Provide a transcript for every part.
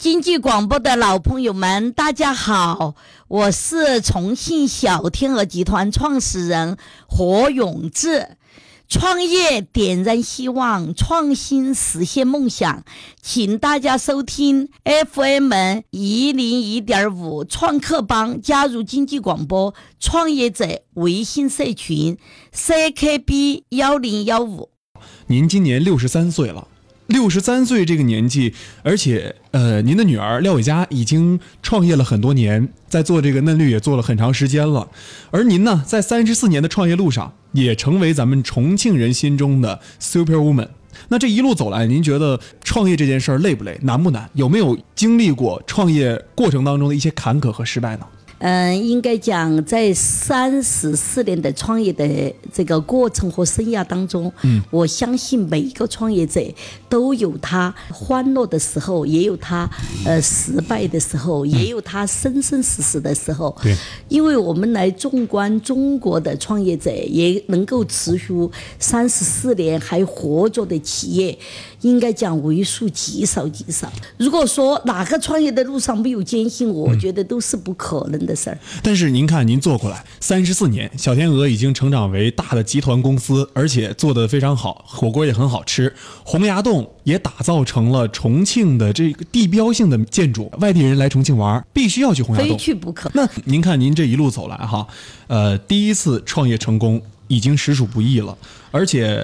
经济广播的老朋友们，大家好，我是重庆小天鹅集团创始人何永志。创业点燃希望，创新实现梦想，请大家收听 FM 101.5创客帮，加入经济广播创业者微信社群 CKB 1015。 您今年63岁了。63岁这个年纪，而且您的女儿廖伟佳已经创业了很多年，在做这个嫩绿也做了很长时间了。而您呢，在34年的创业路上，也成为咱们重庆人心中的 Superwoman。那这一路走来，您觉得创业这件事儿累不累，难不难？有没有经历过创业过程当中的一些坎坷和失败呢？ 应该讲在34年的创业的这个过程和生涯当中，我相信每一个创业者都有他欢乐的时候，也有他失败的时候，也有他生生死死的时候。 对， 因为我们来纵观中国的创业者，也能够持续34年还活着的企业，应该讲为数极少极少。如果说哪个创业的路上没有艰辛，我觉得都是不可能的。 但是您看，您做过来34年，小天鹅已经成长为大的集团公司，而且做得非常好，火锅也很好吃，洪崖洞也打造成了重庆的这个地标性的建筑，外地人来重庆玩必须要去洪崖洞， 非去不可。 那您看您这一路走来哈，第一次创业成功已经实属不易了，而且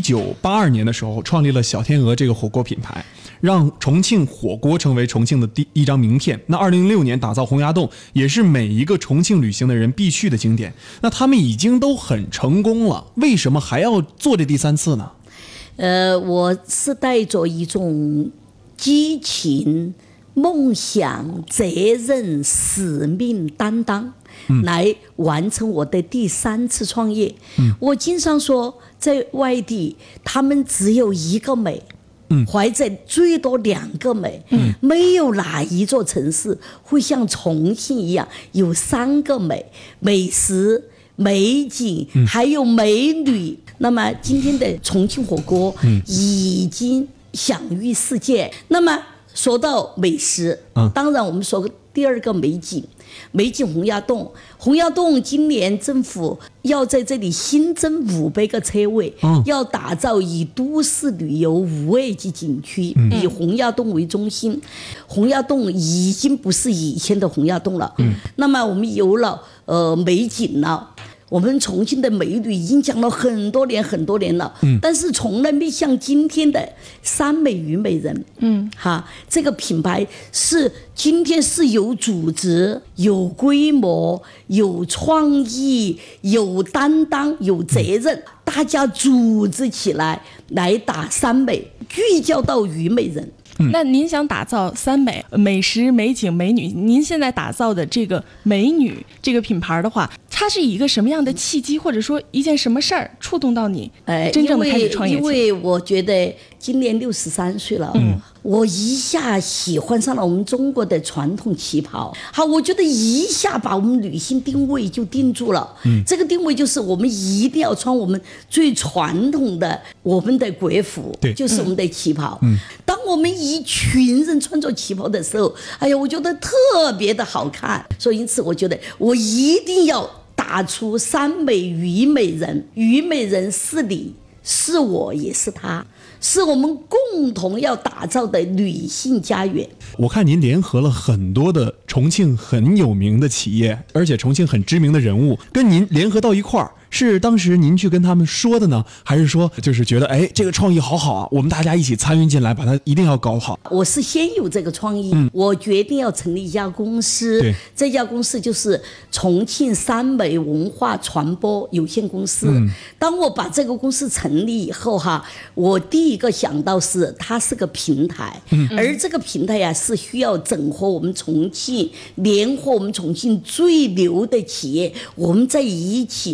1982年的时候创立了小天鹅这个火锅品牌，让重庆火锅成为重庆的第一张名片。那2006年打造洪崖洞，也是每一个重庆旅行的人必去的景点。那他们已经都很成功了，为什么还要做这第3次呢？ 我是带着一种激情、梦想、责任、使命、担当来完成我的第3次创业。我经常说，在外地他们只有一个美，怀着最多2个美，没有哪一座城市会像重庆一样有3个美：美食、美景，还有美女。那么今天的重庆火锅已经享誉世界。那么说到美食，当然我们说第2个美景洪崖洞。洪崖洞今年政府要在这里新增500个车位，要打造以都市旅游5A级景区，以洪崖洞为中心。洪崖洞已经不是以前的洪崖洞了，那么我们有了美景了。我们重庆的美女已经讲了很多年了，但是从来没像今天的3美虞美人，这个品牌是今天是有组织、有规模、有创意、有担当、有责任，大家组织起来打3美，聚焦到虞美人。 那您想打造3美，美食、美景、美女，您现在打造的这个美女这个品牌的话，它是以一个什么样的契机，或者说一件什么事儿触动到你真正的开始创业？ 因为我觉得今年63岁了，我一下喜欢上了我们中国的传统旗袍。好，我觉得一下把我们女性定位就定住了。这个定位就是我们一定要穿我们最传统的我们的国服，就是我们的旗袍。当我们一群人穿着旗袍的时候，哎呀，我觉得特别的好看。所以因此我觉得我一定要打出3美虞美人，虞美人是你，是我，也是她，是我们共同要打造的女性家园。 我看您联合了很多的重庆很有名的企业，而且重庆很知名的人物跟您联合到一块儿，是当时您去跟他们说的呢，还是说就是觉得这个创意好好啊，我们大家一起参与进来，把它一定要搞好？ 我是先有这个创意，我决定要成立一家公司，这家公司就是重庆3美文化传播有限公司。当我把这个公司成立以后我第一个想到是它是个平台，而这个平台是需要整合我们重庆，联合我们重庆最牛的企业，我们在一起才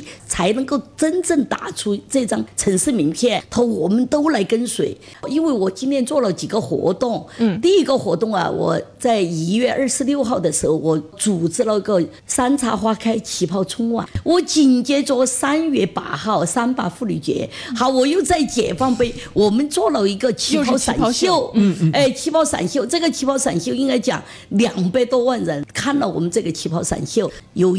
才能够真正打出这张城市名片。我们都来跟随，因为我今年做了几个活动。第一个活动啊，我在1月26号的时候，我组织了个山茶花开旗袍春晚。我紧接着3月8号3·8妇女节，好，我又在解放碑，我们做了一个旗袍闪秀。旗袍闪秀，这个旗袍闪秀应该讲200多万人看了我们这个旗袍闪秀，有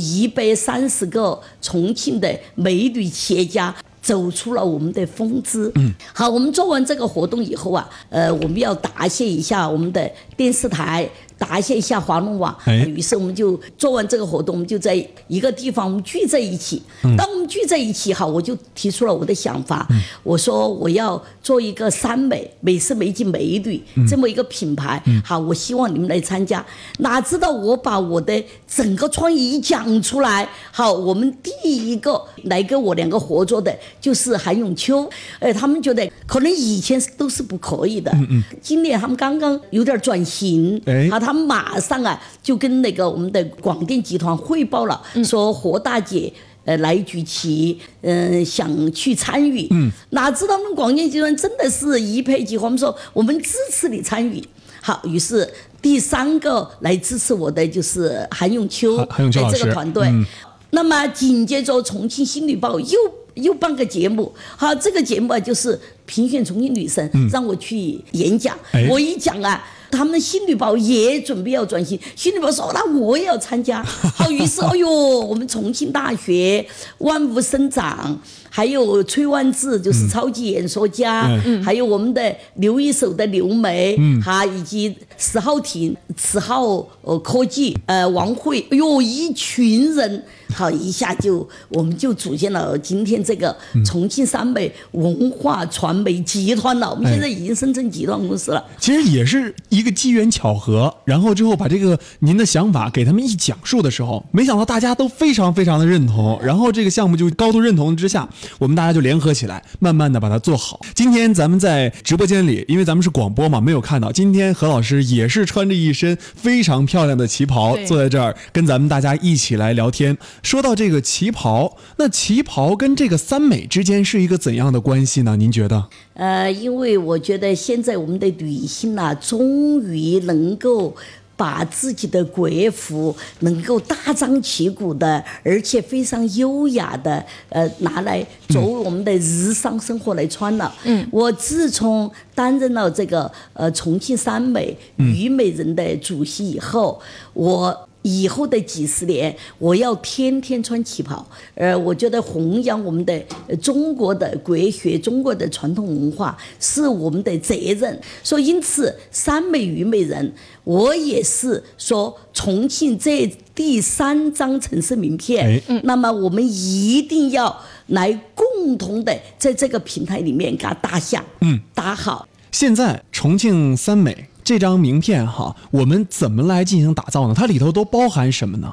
130个重庆的美女企业家走出了我们的风姿。好，我们做完这个活动以后啊，我们要答谢一下我们的电视台，答谢一下华龙网。于是我们就做完这个活动，我们就在一个地方我们聚在一起。当我们聚在一起，好，我就提出了我的想法。我说我要做一个三美式美景美女这么一个品牌。好，我希望你们来参加。哪知道我把我的整个创意一讲出来，好，我们第一个来跟我2个合作的就是韩永秋。他们觉得可能以前都是不可以的，今年他们刚刚有点转型。好，他们马上啊就跟那个我们的广电集团汇报了，说何大姐来举旗，想去参与。哪知道我们广电集团真的是一拍即合，我们说我们支持你参与。好，于是第3个来支持我的就是韩永秋这个团队。那么紧接着重庆新女报又办个节目。好，这个节目啊就是评选重庆女神，让我去演讲。我一讲啊，他们新女报也准备要转型，新女报说那我也要参加。好，于是我们重庆大学万物生长，还有崔万志就是超级演说家，还有我们的刘一手的刘梅，以及史浩庭、此浩科技，王慧，一群人。好，一下我们就组建了今天这个重庆三美文化传媒集团了。我们现在已经生成集团公司了。 其实也是一个机缘巧合，然后之后把这个您的想法给他们一讲述的时候，没想到大家都非常非常的认同，然后这个项目就高度认同之下，我们大家就联合起来，慢慢的把它做好。今天咱们在直播间里，因为咱们是广播嘛，没有看到，今天何老师也是穿着一身非常漂亮的旗袍，坐在这儿跟咱们大家一起来聊天。说到这个旗袍，那旗袍跟这个三美之间是一个怎样的关系呢？您觉得？ 因为我觉得现在我们的女性啊，终于能够把自己的国服能够大张旗鼓的，而且非常优雅的，拿来作为我们的日常生活来穿了。我自从担任了这个重庆三美虞美人的主席以后，我以后的几十年，我要天天穿旗袍。我觉得弘扬我们的中国的国学、中国的传统文化是我们的责任。所以因此，三美虞美人，我也是说重庆这第3张城市名片。那么我们一定要来共同的在这个平台里面给它打响，打好。 现在重庆三美这张名片哈，我们怎么来进行打造呢？它里头都包含什么呢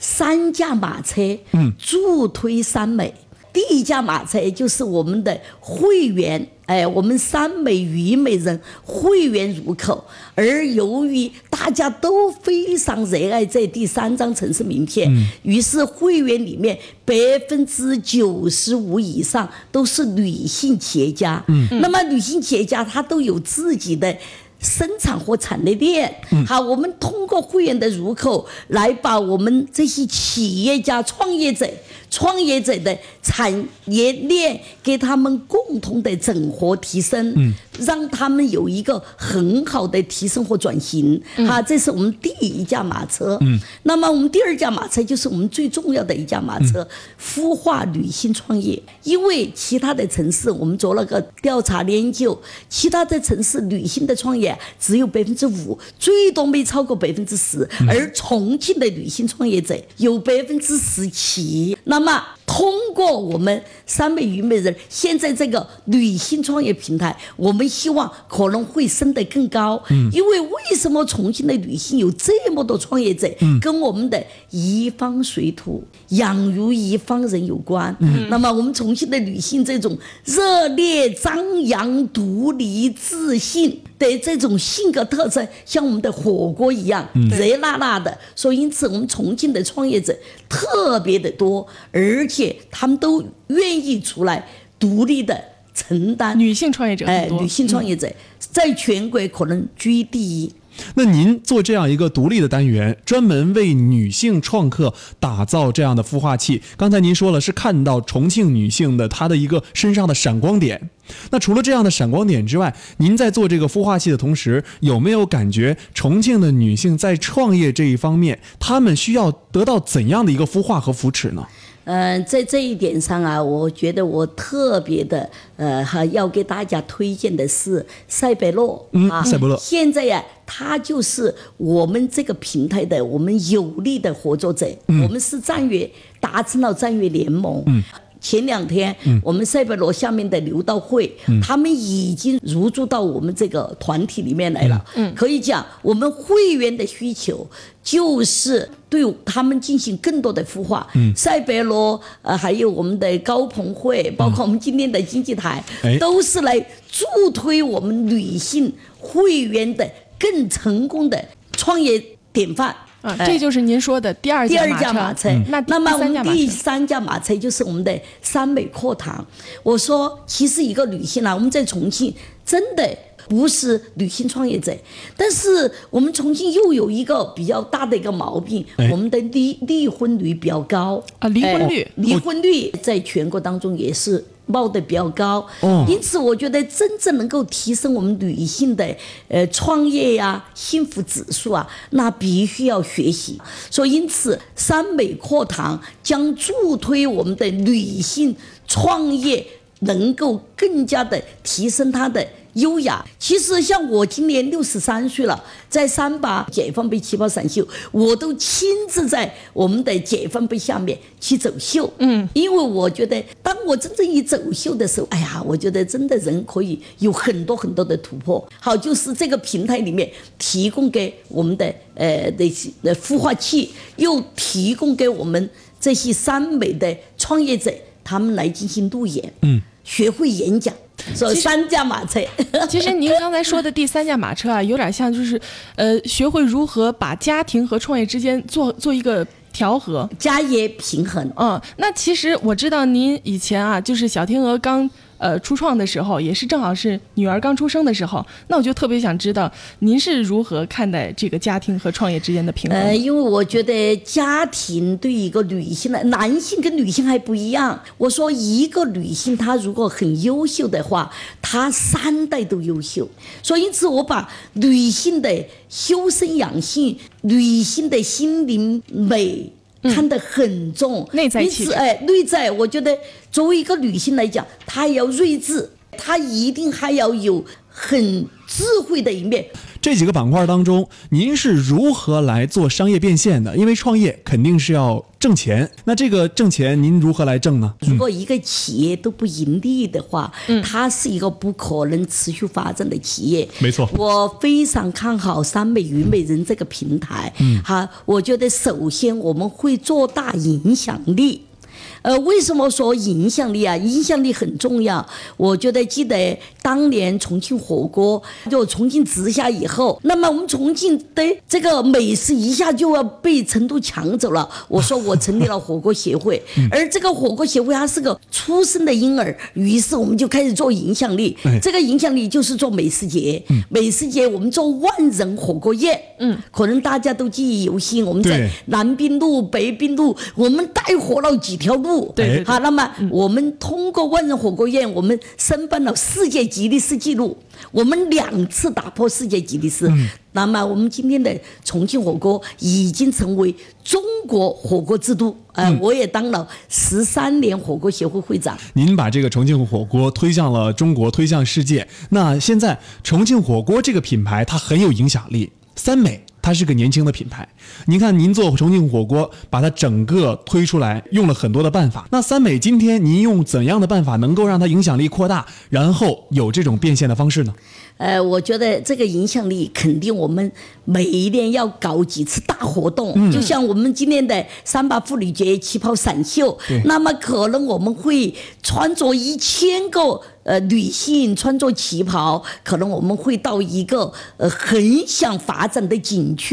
？3驾马车，助推三美。第1驾马车就是我们的会员，我们三美虞美人会员入口。而由于大家都非常热爱这第3张城市名片，于是会员里面95%以上都是女性企业家。那么女性企业家她都有自己的生产和产业链。好，我们通过会员的入口来把我们这些企业家创业者的产业链给他们共同的整合提升，让他们有一个很好的提升和转型。这是我们第1驾马车。那么我们第2驾马车就是我们最重要的1驾马车，孵化女性创业。因为其他的城市我们做了个调查研究，其他的城市女性的创业只有5%，最多没超过10%，而重庆的女性创业者有17%。那么通过我们三美虞美人现在这个女性创业平台，我们希望可能会升得更高。因为为什么重庆的女性有这么多创业者，跟我们的一方水土养育一方人有关。那么我们重庆的女性这种热烈张扬、独立自信的这种性格特征，像我们的火锅一样热辣辣的。所以因此我们重庆的创业者特别的多，而且且他们都愿意出来独立的承担。 女性创业者很多， 女性创业者在全国可能居第一。 那您做这样一个独立的单元，专门为女性创客打造这样的孵化器，刚才您说了是看到重庆女性的她的一个身上的闪光点。那除了这样的闪光点之外，您在做这个孵化器的同时，有没有感觉重庆的女性在创业这一方面，她们需要得到怎样的一个孵化和扶持呢？ 在这一点上啊，我觉得我特别的还要给大家推荐的是赛博乐赛博乐现在呀，他就是我们这个平台的我们有力的合作者，我们是达成了战略联盟。前2天，我们赛博乐下面的刘道会，他们已经入驻到我们这个团体里面来了。可以讲，我们会员的需求就是对他们进行更多的孵化。赛博乐还有我们的高鹏会，包括我们今天的经济台，都是来助推我们女性会员的更成功的创业典范。 这就是您说的第二架马车。那么我们第3架马车就是我们的3美课堂。我说，其实一个女性啊，我们在重庆真的不是女性创业者，但是我们重庆又有一个比较大的一个毛病，我们的离婚率比较高啊，离婚率在全国当中也是报的比较高。因此我觉得真正能够提升我们女性的创业呀、幸福指数啊，那必须要学习。所以因此3美课堂将助推我们的女性创业能够更加的提升她的优雅。其实像我今年63岁了，在38解放碑旗袍闪秀，我都亲自在我们的解放碑下面去走秀。因为我觉得当我真正一走秀的时候，哎呀，我觉得真的人可以有很多很多的突破。好，就是这个平台里面提供给我们的孵化器，又提供给我们这些3美的创业者，他们来进行路演，学会演讲。说3架马车， 其实您刚才说的第3架马车啊，有点像就是学会如何把家庭和创业之间做一个调和， 家业平衡。 那其实我知道您以前啊，就是小天鹅刚初创的时候，也是正好是女儿刚出生的时候，那我就特别想知道您是如何看待这个家庭和创业之间的平衡。 因为我觉得家庭对一个女性的，男性跟女性还不一样。我说一个女性她如果很优秀的话，她3代都优秀。所以因此我把女性的修身养性、女性的心灵美看得很重， 内在气质。 内在，我觉得作为一个女性来讲，她要睿智，她一定还要有很智慧的一面。 这几个板块当中，您是如何来做商业变现的？因为创业肯定是要挣钱，那这个挣钱您如何来挣呢？ 如果一个企业都不盈利的话，它是一个不可能持续发展的企业。 没错， 我非常看好3美虞美人这个平台。我觉得首先我们会做大影响力。为什么说影响力啊？影响力很重要。我觉得记得当年重庆火锅就重庆直辖以后，那么我们重庆的这个美食一下就要被成都抢走了。我说我成立了火锅协会，而这个火锅协会它是个出生的婴儿，于是我们就开始做影响力。这个影响力就是做美食节。美食节我们做万人火锅宴。可能大家都记忆犹新，我们在南滨路、北滨路，我们带火了几条路。 对， 好，那么我们通过万人火锅宴，我们申办了世界吉尼斯纪录，我们2次打破世界吉尼斯。那么我们今天的重庆火锅已经成为中国火锅之都。我也当了13年火锅协会会长。 您把这个重庆火锅推向了中国，推向世界。那现在重庆火锅这个品牌它很有影响力，3美它是个年轻的品牌。您看您做重庆火锅把它整个推出来，用了很多的办法。那3美今天您用怎样的办法能够让它影响力扩大，然后有这种变现的方式呢？ 我觉得这个影响力肯定我们每一年要搞几次大活动。就像我们今年的38妇女节旗袍闪秀，那么可能我们会穿着1000个女性穿着旗袍，可能我们会到一个很想发展的景区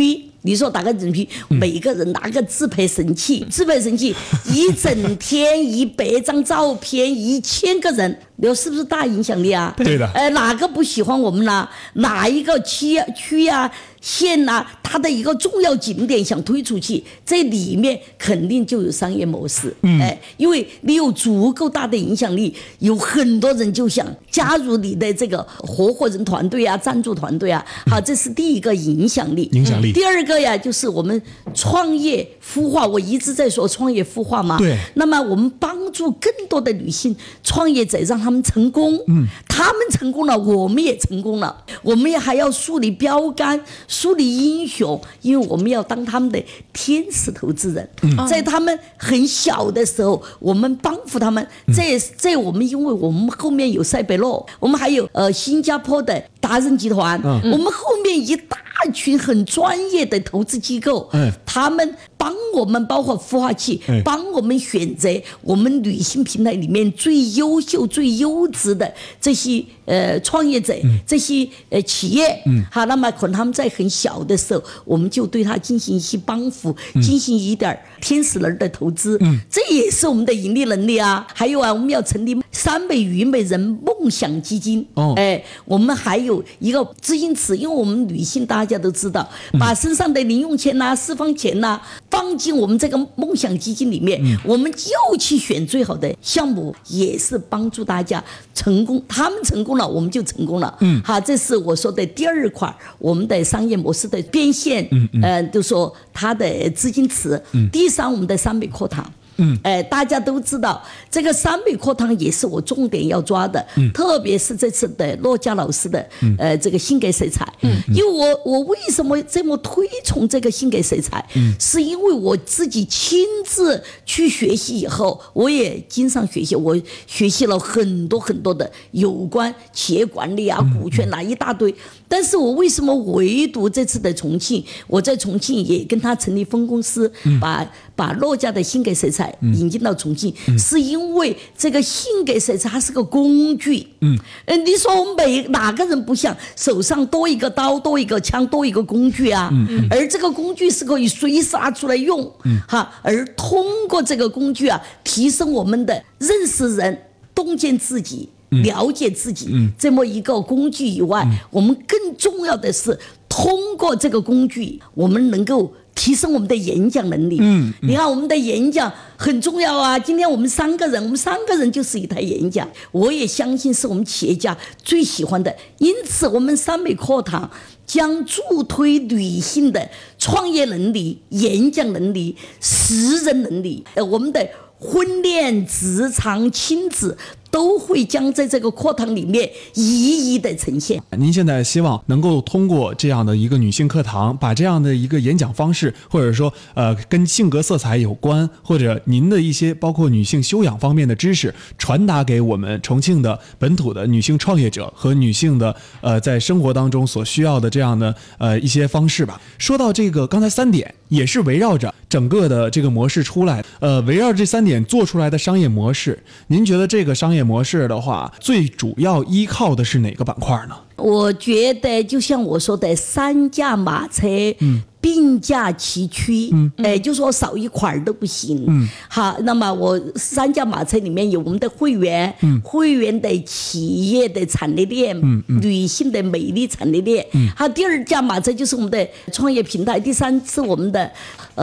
你说打个人品，每个人拿个自拍神器，一整天100张照片，1000个人，你说是不是大影响力啊？ 对的。 哪个不喜欢我们呢？哪一个区啊、县啊，它的一个重要景点想推出去，这里面肯定就有商业模式。因为你有足够大的影响力，有很多人就想加入你的这个合伙人团队啊、赞助团队啊。好，这是第一个影响力。第二个呀，就是我们创业孵化，我一直在说创业孵化嘛。 对。 那么我们帮助更多的女性创业者，让他们成功。他们成功了，我们也成功了。我们也还要树立标杆，树立英雄，因为我们要当他们的天使投资人。在他们很小的时候，我们帮扶他们。在我们，因为我们后面有塞北洛，我们还有新加坡的达人集团，我们后面一大群很专业的投资机构，他们帮我们，包括孵化器，帮我们选择我们女性平台里面最优秀、最优质的这些创业者，这些企业。好，那么可能他们在很小的时候，我们就对他进行一些帮扶，进行一点天使人的投资。这也是我们的盈利能力啊。还有啊，我们要成立3美虞美人梦想基金。我们还有一个资金池，因为我们女性大家都知道，把身上的零用钱呐、私房钱呐放进我们这个梦想基金里面，我们就去选最好的项目，也是帮助大家成功。他们成功了，我们就成功了。好，这是我说的第二块，我们的商业模式的变现。就说它的资金池。第三，我们的3美课堂。大家都知道这个3美课堂也是我重点要抓的，特别是这次的骆家老师的这个性格色彩。因为我为什么这么推崇这个性格色彩，是因为我自己亲自去学习以后，我也经常学习，我学习了很多很多的有关企业管理啊、股权啊一大堆。但是我为什么唯独这次的重庆，我在重庆也跟他成立分公司，把骆家的性格色彩引进到重庆，是因为这个性格色彩它是个工具。你说我们哪个人不想手上多一个刀、多一个枪、多一个工具啊？而这个工具是可以随时拿出来用。而通过这个工具啊，提升我们的认识人、洞见自己、了解自己这么一个工具以外，我们更重要的是通过这个工具，我们能够提升我们的演讲能力。你看我们的演讲很重要啊。今天我们3个人就是一台演讲，我也相信是我们企业家最喜欢的。因此我们3美课堂将助推女性的创业能力、演讲能力、识人能力。我们的婚恋、职场、亲子都会将在这个课堂里面一一的呈现。 您现在希望能够通过这样的一个女性课堂，把这样的一个演讲方式，或者说跟性格色彩有关，或者您的一些包括女性修养方面的知识，传达给我们重庆的本土的女性创业者和女性的在生活当中所需要的这样的一些方式吧。说到这个刚才3点，也是围绕着整个的这个模式出来，围绕这3点做出来的商业模式，您觉得这个商业模式的话，最主要依靠的是哪个板块呢？ 我觉得就像我说的，3驾马车并驾齐驱，就说少一块都不行。好，那么我3驾马车里面有我们的会员，会员的企业的产业链，女性的美丽产业链。好，第2驾马车就是我们的创业平台，第3是我们的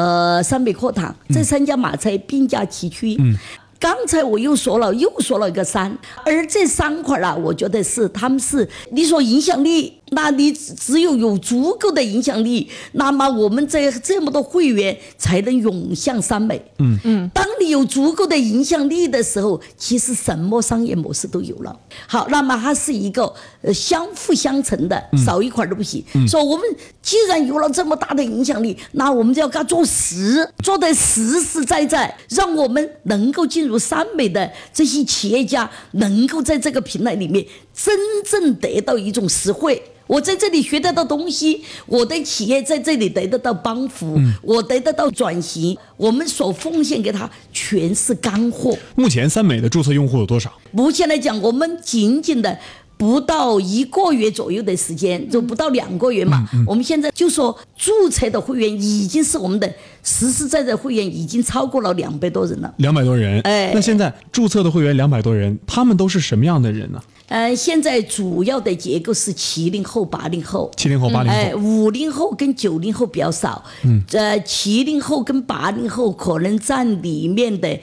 3美课堂。这3驾马车并驾齐驱。刚才我又说了一个3，而这3块啊，我觉得是他们是你说影响力，那你只有足够的影响力，那么我们这么多会员才能涌向3美。当你有足够的影响力的时候，其实什么商业模式都有了。好，那么它是一个相辅相成的，少一块都不行。说我们既然有了这么大的影响力，那我们就要给它做得实实在在，让我们能够进入3美的这些企业家，能够在这个平台里面真正得到一种实惠。我在这里学得到东西，我的企业在这里得到帮扶，我得到转型，我们所奉献给他全是干货。 目前3美的注册用户有多少？ 目前来讲，我们仅仅的不到1个月左右的时间，就不到2个月嘛。我们现在就说注册的会员已经是我们的实实在在会员已经超过了200多人了。 200多人，那现在注册的会员200多人，他们都是什么样的人呢？ 现在主要的结构是70后、80后。 70后、80后。 50后跟90后比较少。70后跟80后可能占里面的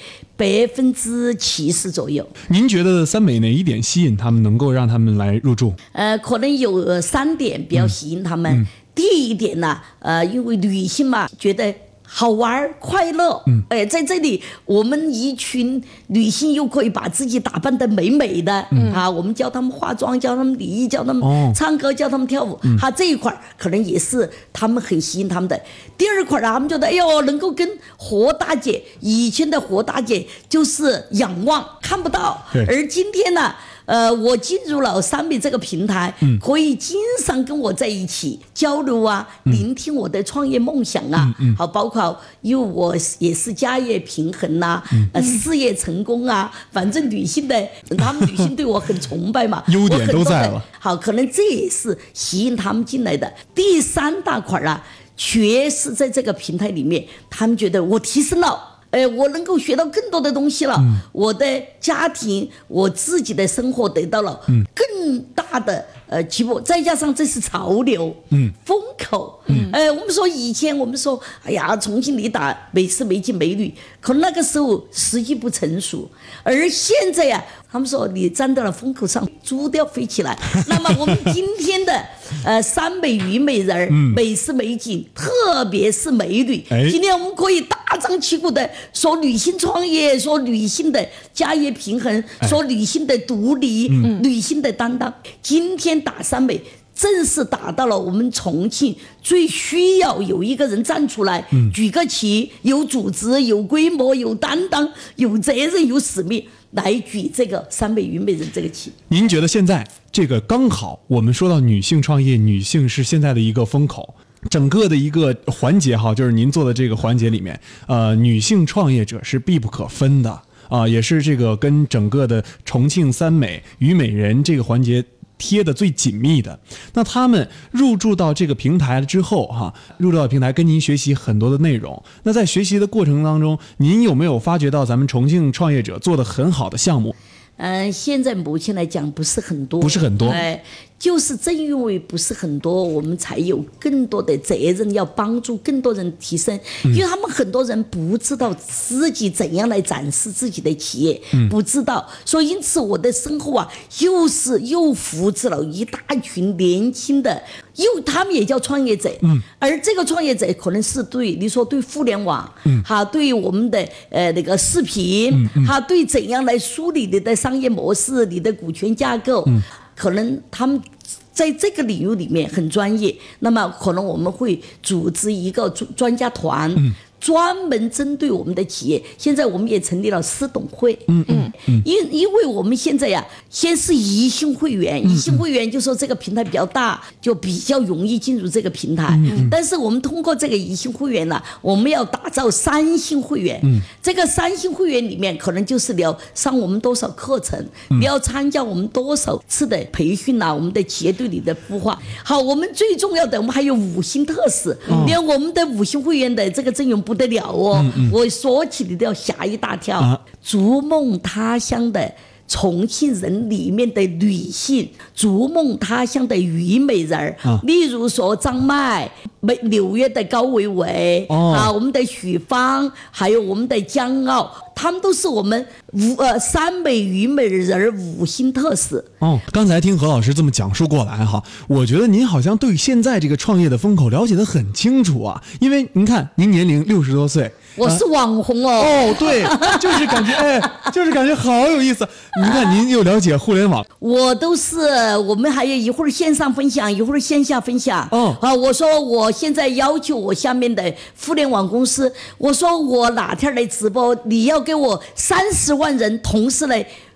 70%左右。 您觉得三美哪一点吸引他们，能够让他们来入住？ 可能有3点比较吸引他们。第一点呢，因为女性嘛，觉得好玩快乐，在这里我们一群女性又可以把自己打扮得美美的，我们教他们化妆，教他们礼仪，教他们唱歌，教他们跳舞，这一块可能也是他们很吸引他们的。第二块他们觉得哎呦，能够跟何大姐，以前的何大姐就是仰望看不到，而今天呢，我进入了三美这个平台，可以经常跟我在一起交流啊，聆听我的创业梦想啊，好，包括因为我也是家业平衡呐，事业成功啊，反正他们女性对我很崇拜嘛， 优点都在了。 好，可能这也是吸引他们进来的。第3大块啊，确实在这个平台里面，他们觉得我提升了。我能够学到更多的东西了，我的家庭，我自己的生活得到了更大的起步，再加上这是潮流，风口，我们说以前我们说，哎呀，重庆里打美食美景美女，可能那个时候时机不成熟，而现在呀，他们说你站到了风口上，猪都要飞起来。那么我们今天的三美虞美人，美食美景，特别是美女，今天我们可以大张旗鼓的说女性创业，说女性的家业平衡，说女性的独立，女性的担当。今天打三美，正是打到了我们重庆最需要有一个人站出来，举个旗，有组织，有规模，有担当，有责任，有使命，来举这个三美虞美人这个旗。 您觉得现在这个刚好我们说到女性创业，女性是现在的一个风口，整个的一个环节哈，就是您做的这个环节里面，女性创业者是必不可分的啊，也是这个跟整个的重庆三美虞美人这个环节贴的最紧密的。那他们入驻到这个平台之后入驻到平台跟您学习很多的内容。那在学习的过程当中，您有没有发觉到咱们重庆创业者做的很好的项目？ 现在目前来讲不是很多，就是正因为不是很多，我们才有更多的责任要帮助更多人提升，因为他们很多人不知道自己怎样来展示自己的企业，不知道，所以因此我的身后又扶持了一大群年轻的，他们也叫创业者，而这个创业者可能是你说对互联网，对我们的那个视频，对怎样来梳理你的商业模式，你的股权架构，可能他们在这个领域里面很专业，那么可能我们会组织一个专家团，专门针对我们的企业。现在我们也成立了私董会，因为我们现在呀，先是宜兴会员，宜兴会员就说这个平台比较大，就比较容易进入这个平台。但是我们通过这个宜兴会员呢，我们要打造3星会员。这个3星会员里面，可能就是你要上我们多少课程，你要参加我们多少次的培训我们的企业对你的孵化。好，我们最重要的，我们还有5星特使，连我们的5星会员的这个阵容不得了哦，我说起你都要吓一大跳。逐梦他乡的重庆人里面的女性，逐梦他乡的虞美人，例如说张麦、纽约的高维维，我们的许芳，还有我们的江傲，他们都是我们三美虞美人5星特使。 刚才听何老师这么讲述过来我觉得您好像对现在这个创业的风口了解得很清楚啊，因为您看您年龄60多岁， 我是网红对，就是感觉好有意思。您看您又了解互联网， 我们还有一会儿线上分享，一会儿线下分享。我说我现在要求我下面的互联网公司，我说我哪天来直播，你要给我30万人同时来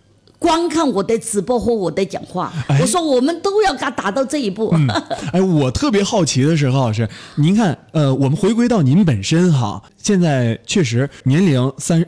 观看我的直播和我的讲话。我说我们都要给他达到这一步。 我特别好奇的是，何老师，您看，我们回归到您本身哈，现在确实年龄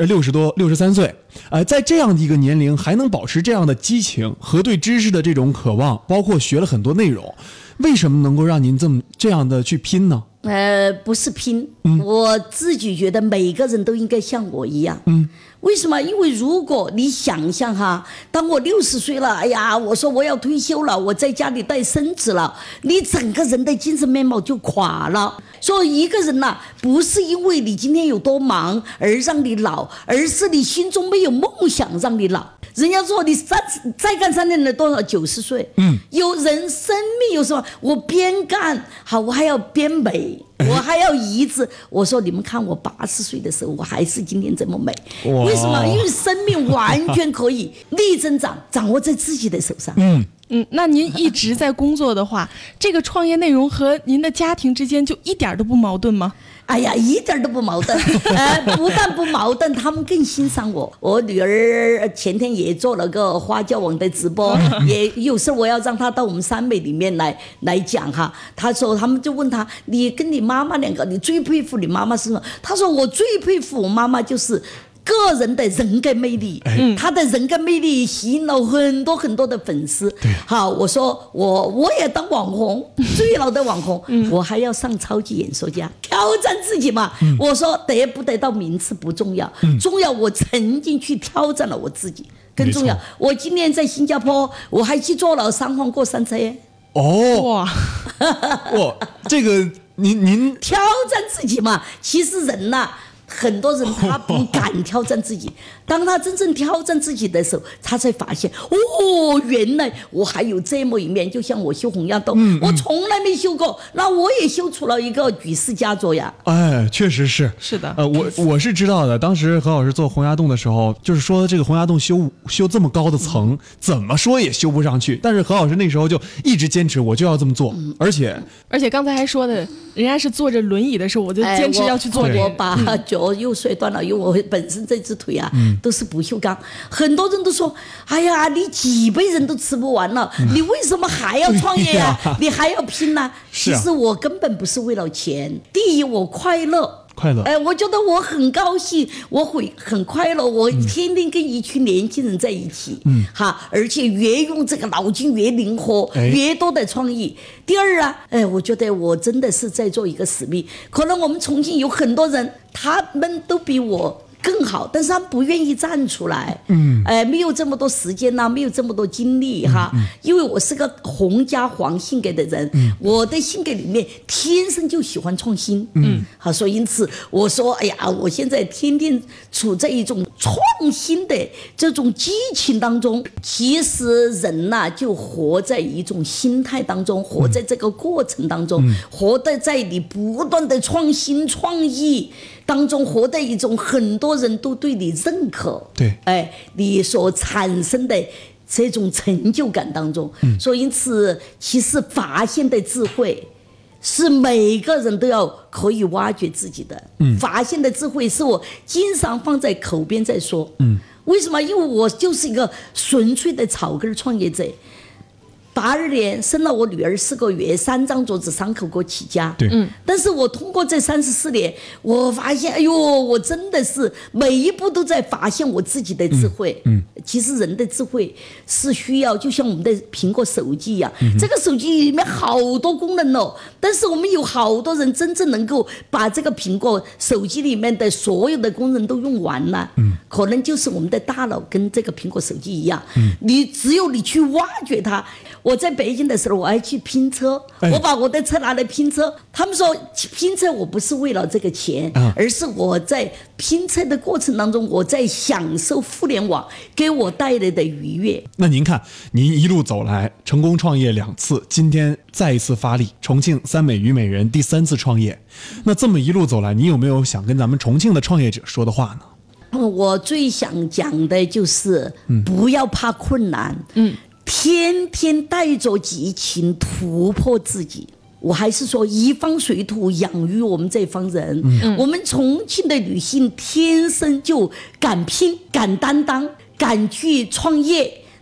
63岁，在这样的一个年龄还能保持这样的激情和对知识的这种渴望，包括学了很多内容，为什么能够让您这样的去拼呢？ 不是拼，我自己觉得每个人都应该像我一样。为什么？因为如果你想象哈，当我60岁了，哎呀，我说我要退休了，我在家里带孙子了，你整个人的精神面貌就垮了。所以一个人呐，不是因为你今天有多忙而让你老，而是你心中没有梦想让你老。人家说你再干3年的多少90岁，有人生命有什么？我边干好，我还要边美，我还要移植。我说你们看我80岁的时候，我还是今天这么美。为什么？因为生命完全可以力增长，掌握在自己的手上。 那您一直在工作的话，这个创业内容和您的家庭之间就一点都不矛盾吗？ 哎呀，一点都不矛盾，不但不矛盾，他们更欣赏我。我女儿前天也做了个花椒网的直播，也有时候我要让她到我们3美里面来讲哈。她说他们就问她，你跟你妈妈2个，你最佩服你妈妈是什么？她说我最佩服我妈妈就是个人的人格魅力，他的人格魅力吸引了很多很多的粉丝。好，我说我也当网红，最老的网红，我还要上超级演说家，挑战自己嘛。我说得不得到名次不重要，重要我曾经去挑战了我自己，更重要。我今年在新加坡，我还去坐了3皇过山车耶。 哇， 这个您挑战自己嘛。其实人呐，很多人他不敢挑战自己，当他真正挑战自己的时候，他才发现原来我还有这么一面。就像我修洪崖洞，我从来没修过，那我也修出了一个举世佳作呀。 确实是的。 我是知道的。当时何老师做洪崖洞的时候，就是说这个洪崖洞修这么高的层，怎么说也修不上去。但是何老师那时候就一直坚持，我就要这么做。而且刚才还说的，人家是坐着轮椅的时候，我就坚持要去做这个。 我把脚又摔断了，因为我本身这只腿啊，都是不锈钢。很多人都说，哎呀，你几辈人都吃不完了，你为什么还要创业呀？你还要拼呢？其实我根本不是为了钱，第一我快乐。我觉得我很高兴，我会很快乐，我天天跟一群年轻人在一起，而且越用这个脑筋越灵活，越多的创意。第二啊，我觉得我真的是在做一个使命。可能我们重庆有很多人，他们都比我更好，但是他们不愿意站出来，没有这么多时间没有这么多精力哈。因为我是个红加黄性格的人，我的性格里面天生就喜欢创新，好，所以因此我说，哎呀，我现在天天处在一种创新的这种激情当中。其实人呐，就活在一种心态当中，活在这个过程当中，活在你不断的创新创意当中，活在一种很多人都对你认可，你所产生的这种成就感当中。所以因此，其实发现的智慧是每个人都要可以挖掘自己的。发现的智慧是我经常放在口边在说。为什么？因为我就是一个纯粹的草根创业者。82年生了我女儿4个月，3张桌子3口锅起家。但是我通过这34年，我发现，哎呦，我真的是每一步都在发现我自己的智慧。其实人的智慧是需要，就像我们的苹果手机一样，这个手机里面好多功能哦，但是我们有好多人真正能够把这个苹果手机里面的所有的功能都用完了。可能就是我们的大脑跟这个苹果手机一样，只有你去挖掘它。我在北京的时候，我还去拼车，我把我的车拿来拼车。他们说拼车我不是为了这个钱，而是我在拼车的过程当中，我在享受互联网给我带来的愉悦。 那您看，您一路走来，成功创业2次，今天再一次发力，重庆3美虞美人第3次创业。那这么一路走来，你有没有想跟咱们重庆的创业者说的话呢？ 我最想讲的就是不要怕困难。天天带着激情突破自己。我还是说一方水土养育我们这方人。我们重庆的女性天生就敢拼、敢担当、敢去创业。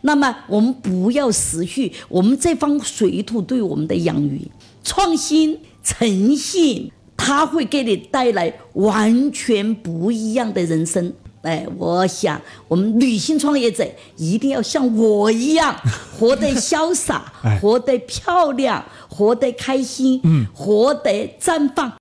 那么我们不要失去我们这方水土对我们的养育，创新诚信，它会给你带来完全不一样的人生。我想我们女性创业者一定要像我一样活得潇洒，活得漂亮，活得开心，活得绽放。